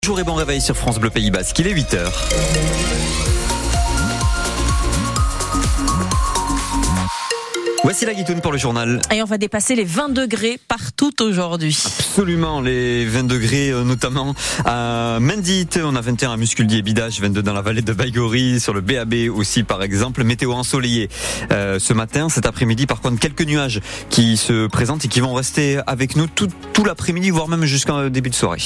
Bonjour et bon réveil sur France Bleu Pays Basque, il est 8h. Voici la guitoune pour le journal. Et on va dépasser les 20 degrés partout aujourd'hui. Absolument, les 20 degrés notamment à Mendit, on a 21 à Musculdi et Bidage, 22 dans la vallée de Baïgori, sur le BAB aussi par exemple. Météo ensoleillée ce matin, cet après-midi par contre quelques nuages qui se présentent et qui vont rester avec nous tout l'après-midi, voire même jusqu'en début de soirée.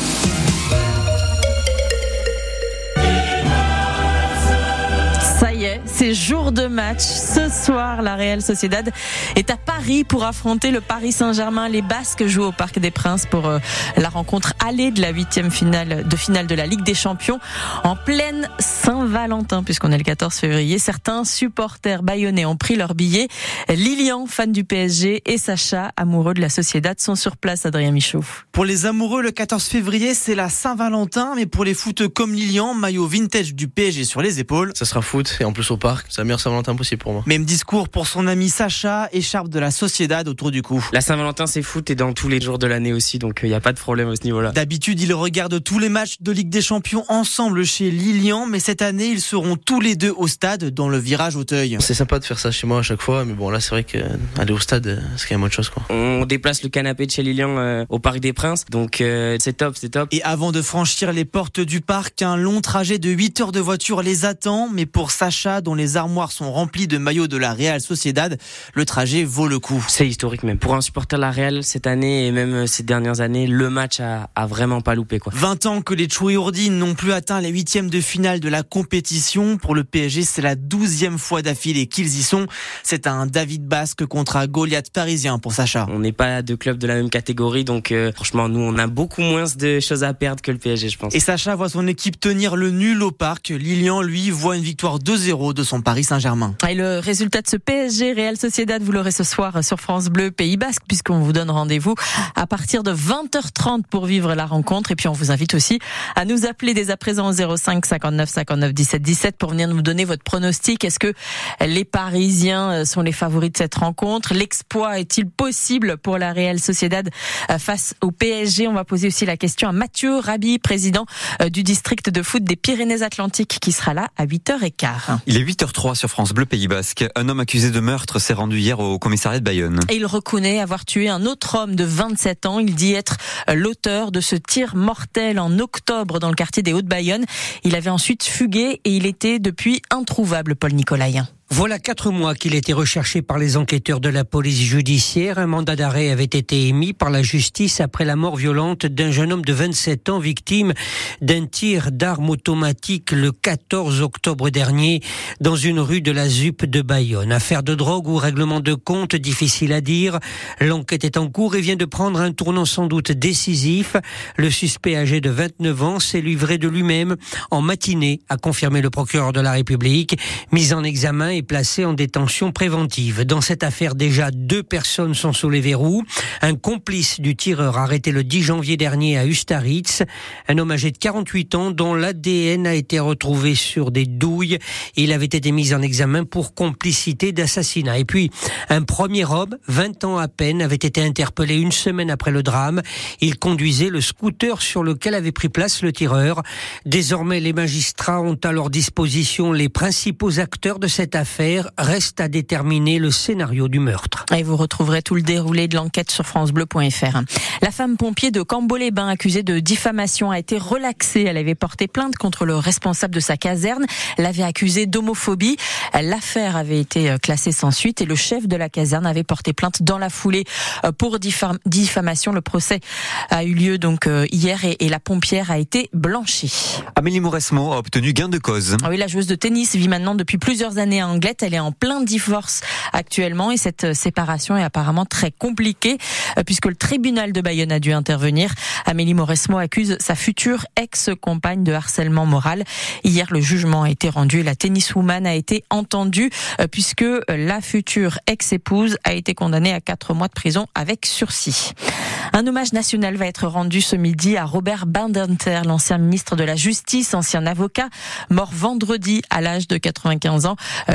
Ça y est, c'est jour de match. Ce soir, la Real Sociedad est à Paris pour affronter le Paris Saint-Germain. Les Basques jouent au Parc des Princes pour la rencontre allée de la 8e finale de la Ligue des Champions en pleine Saint-Valentin, puisqu'on est le 14 février. Certains supporters bayonnais ont pris leur billet. Lilian, fan du PSG, et Sacha, amoureux de la Sociedad, sont sur place. Adrien Michaud. Pour les amoureux, le 14 février, c'est la Saint-Valentin, mais pour les footeux comme Lilian, maillot vintage du PSG sur les épaules. Ça sera foot et en plus au parc, c'est la meilleure Saint-Valentin possible pour moi. Même discours pour son ami Sacha, écharpe de la Sociedad autour du cou. La Saint-Valentin c'est foot et dans tous les jours de l'année aussi, donc il n'y a pas de problème à ce niveau-là. D'habitude, ils regardent tous les matchs de Ligue des Champions ensemble chez Lilian, mais cette année, ils seront tous les deux au stade dans le virage Auteuil. C'est sympa de faire ça chez moi à chaque fois, mais bon là c'est vrai qu'aller au stade, c'est quand même autre chose quoi. On déplace le canapé de chez Lilian au Parc des Princes, donc c'est top. Et avant de franchir les portes du parc, un long trajet de 8 heures de voiture les attend, mais pour Sacha, dont les armoires sont remplies de maillots de la Real Sociedad, le trajet vaut le coup. C'est historique même. Pour un supporter de la Real, cette année et même ces dernières années, le match a vraiment pas loupé quoi. 20 ans que les Chouyourdines n'ont plus atteint les 8e de finale de la compétition. Pour le PSG, c'est la 12e fois d'affilée qu'ils y sont. C'est un David Basque contre un Goliath parisien pour Sacha. On n'est pas deux clubs de la même catégorie, donc franchement, nous, on a beaucoup moins de choses à perdre que le PSG, je pense. Et Sacha voit son équipe tenir le nul au parc. Lilian, lui, voit une victoire 2-0 de son Paris Saint-Germain. Et le résultat de ce PSG Real Sociedad, vous l'aurez ce soir sur France Bleu Pays Basque, puisqu'on vous donne rendez-vous à partir de 20h30 pour vivre la rencontre. Et puis on vous invite aussi à nous appeler dès à présent au 05 59 59 17 17 pour venir nous donner votre pronostic. Est-ce que les Parisiens sont les favoris de cette rencontre? L'exploit est-il possible pour la Real Sociedad face au PSG? On va poser aussi la question à Mathieu Rabi, président du district de foot des Pyrénées-Atlantiques, qui sera là à 8h15. Il est 8h03 sur France Bleu Pays Basque. Un homme accusé de meurtre s'est rendu hier au commissariat de Bayonne. Et il reconnaît avoir tué un autre homme de 27 ans. Il dit être l'auteur de ce tir mortel en octobre dans le quartier des Hauts-de-Bayonne. Il avait ensuite fugué et il était depuis introuvable, Paul Nicolaïen. Voilà 4 mois qu'il était recherché par les enquêteurs de la police judiciaire. Un mandat d'arrêt avait été émis par la justice après la mort violente d'un jeune homme de 27 ans victime d'un tir d'arme automatique le 14 octobre dernier dans une rue de la ZUP de Bayonne. Affaire de drogue ou règlement de compte, difficile à dire. L'enquête est en cours et vient de prendre un tournant sans doute décisif. Le suspect âgé de 29 ans s'est livré de lui-même en matinée, a confirmé le procureur de la République, mis en examen et placé en détention préventive. Dans cette affaire, déjà 2 personnes sont sous les verrous. Un complice du tireur arrêté le 10 janvier dernier à Ustaritz. Un homme âgé de 48 ans dont l'ADN a été retrouvé sur des douilles. Il avait été mis en examen pour complicité d'assassinat. Et puis, un premier homme, 20 ans à peine, avait été interpellé une semaine après le drame. Il conduisait le scooter sur lequel avait pris place le tireur. Désormais, les magistrats ont à leur disposition les principaux acteurs de cette affaire. Reste à déterminer le scénario du meurtre. Et vous retrouverez tout le déroulé de l'enquête sur francebleu.fr. La femme pompier de Cambo-les-Bains, accusée de diffamation, a été relaxée. Elle avait porté plainte contre le responsable de sa caserne, l'avait accusé d'homophobie. L'affaire avait été classée sans suite et le chef de la caserne avait porté plainte dans la foulée pour diffamation. Le procès a eu lieu donc hier et la pompière a été blanchie. Amélie Mauresmo a obtenu gain de cause. Oui, la joueuse de tennis vit maintenant depuis plusieurs années à Anglet. Elle est en plein divorce actuellement et cette séparation est apparemment très compliquée puisque le tribunal de Bayonne a dû intervenir. Amélie Mauresmo accuse sa future ex-compagne de harcèlement moral. Hier, le jugement a été rendu et la tenniswoman a été entendue puisque la future ex-épouse a été condamnée à 4 mois de prison avec sursis. Un hommage national va être rendu ce midi à Robert Badinter, l'ancien ministre de la Justice, ancien avocat, mort vendredi à l'âge de 95 ans.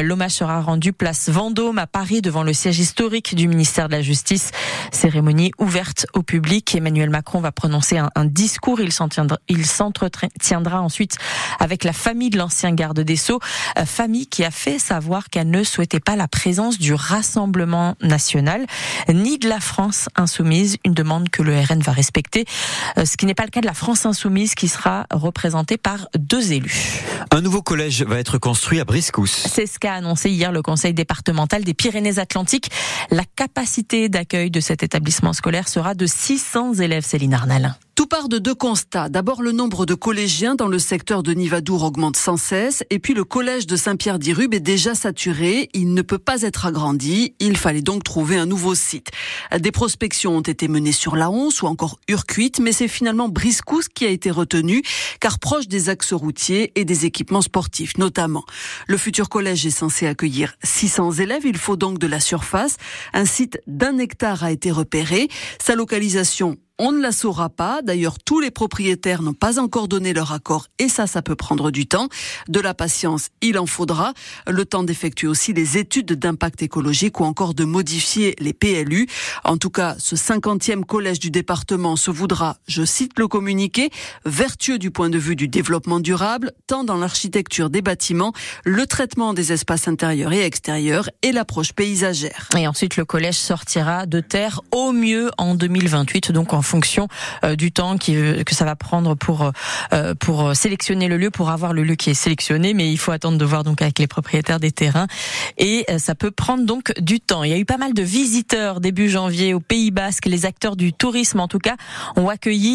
L'hommage sera rendu place Vendôme à Paris devant le siège historique du ministère de la Justice. Cérémonie ouverte au public. Emmanuel Macron va prononcer un discours. Il s'entretiendra ensuite avec la famille de l'ancien garde des Sceaux, famille qui a fait savoir qu'elle ne souhaitait pas la présence du Rassemblement national ni de la France insoumise, une demande que le RN va respecter, ce qui n'est pas le cas de la France insoumise qui sera représentée par 2 élus. Un nouveau collège va être construit à Briscousse. C'est ce qu'a annoncé hier le conseil départemental des Pyrénées-Atlantiques. La capacité d'accueil de cet établissement scolaire sera de 600 élèves, Céline Arnal. Tout part de 2 constats. D'abord, le nombre de collégiens dans le secteur de Nivadour augmente sans cesse. Et puis, le collège de Saint-Pierre-d'Irube est déjà saturé. Il ne peut pas être agrandi. Il fallait donc trouver un nouveau site. Des prospections ont été menées sur la Once ou encore Urcuit, mais c'est finalement Briscousse qui a été retenu, car proche des axes routiers et des équipements sportifs, notamment. Le futur collège est censé accueillir 600 élèves. Il faut donc de la surface. Un site d'1 hectare a été repéré. Sa localisation, on ne la saura pas. D'ailleurs, tous les propriétaires n'ont pas encore donné leur accord et ça peut prendre du temps. De la patience, il en faudra. Le temps d'effectuer aussi les études d'impact écologique ou encore de modifier les PLU. En tout cas, ce 50e collège du département se voudra, je cite le communiqué, vertueux du point de vue du développement durable, tant dans l'architecture des bâtiments, le traitement des espaces intérieurs et extérieurs et l'approche paysagère. Et ensuite, le collège sortira de terre au mieux en 2028, donc en fonction du temps que ça va prendre pour sélectionner le lieu, pour avoir le lieu qui est sélectionné, mais il faut attendre de voir donc avec les propriétaires des terrains et ça peut prendre donc du temps. Il y a eu pas mal de visiteurs début janvier au Pays Basque. Les acteurs du tourisme en tout cas ont accueilli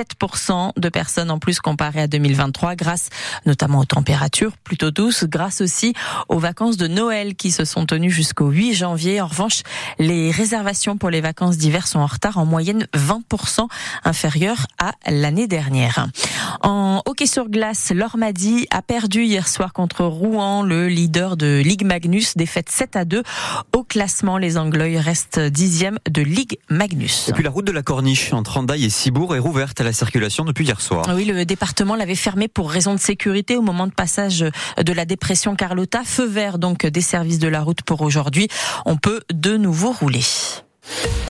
17% de personnes en plus comparé à 2023 grâce notamment aux températures plutôt douces, grâce aussi aux vacances de Noël qui se sont tenues jusqu'au 8 janvier. En revanche, les réservations pour les vacances d'hiver sont en retard, en moyenne 20% inférieur à l'année dernière. En hockey sur glace, l'Ormadi a perdu hier soir contre Rouen, le leader de Ligue Magnus, défaite 7-2. Au classement, les Anglois restent 10e de Ligue Magnus. Et puis la route de la Corniche entre Hendaye et Cibourg est rouverte à la circulation depuis hier soir. Oui, le département l'avait fermée pour raison de sécurité au moment de passage de la dépression Carlotta. Feu vert donc des services de la route pour aujourd'hui. On peut de nouveau rouler.